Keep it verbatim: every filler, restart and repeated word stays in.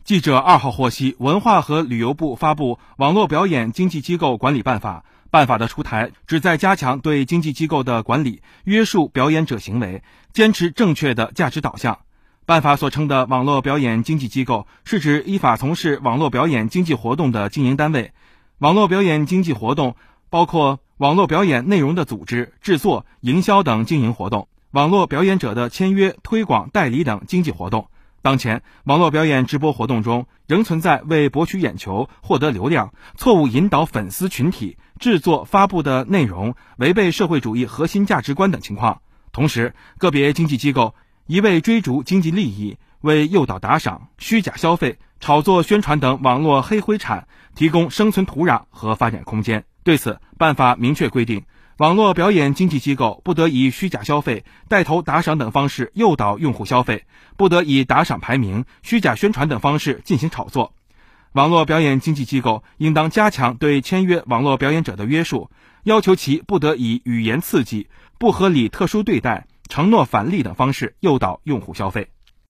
记者二号获悉，文化和旅游部发布《网络表演经纪机构管理办法》，办法的出台旨在加强对经纪机构的管理，约束表演者行为，坚持正确的价值导向。办法所称的网络表演经纪机构，是指依法从事网络表演经纪活动的经营单位。网络表演经纪活动包括网络表演内容的组织、制作、营销等经营活动，网络表演者的签约、推广、代理等经纪活动。当前，网络表演直播活动中仍存在为博取眼球、获得流量，错误引导粉丝群体，制作发布的内容违背社会主义核心价值观等情况。同时，个别经纪机构一味追逐经济利益，为诱导打赏、虚假消费、炒作宣传等网络黑灰产提供生存土壤和发展空间。对此，办法明确规定，网络表演经纪机构不得以虚假消费、带头打赏等方式诱导用户消费，不得以打赏排名、虚假宣传等方式进行炒作。网络表演经纪机构应当加强对签约网络表演者的约束，要求其不得以语言刺激、不合理特殊对待、承诺返利等方式诱导用户消费。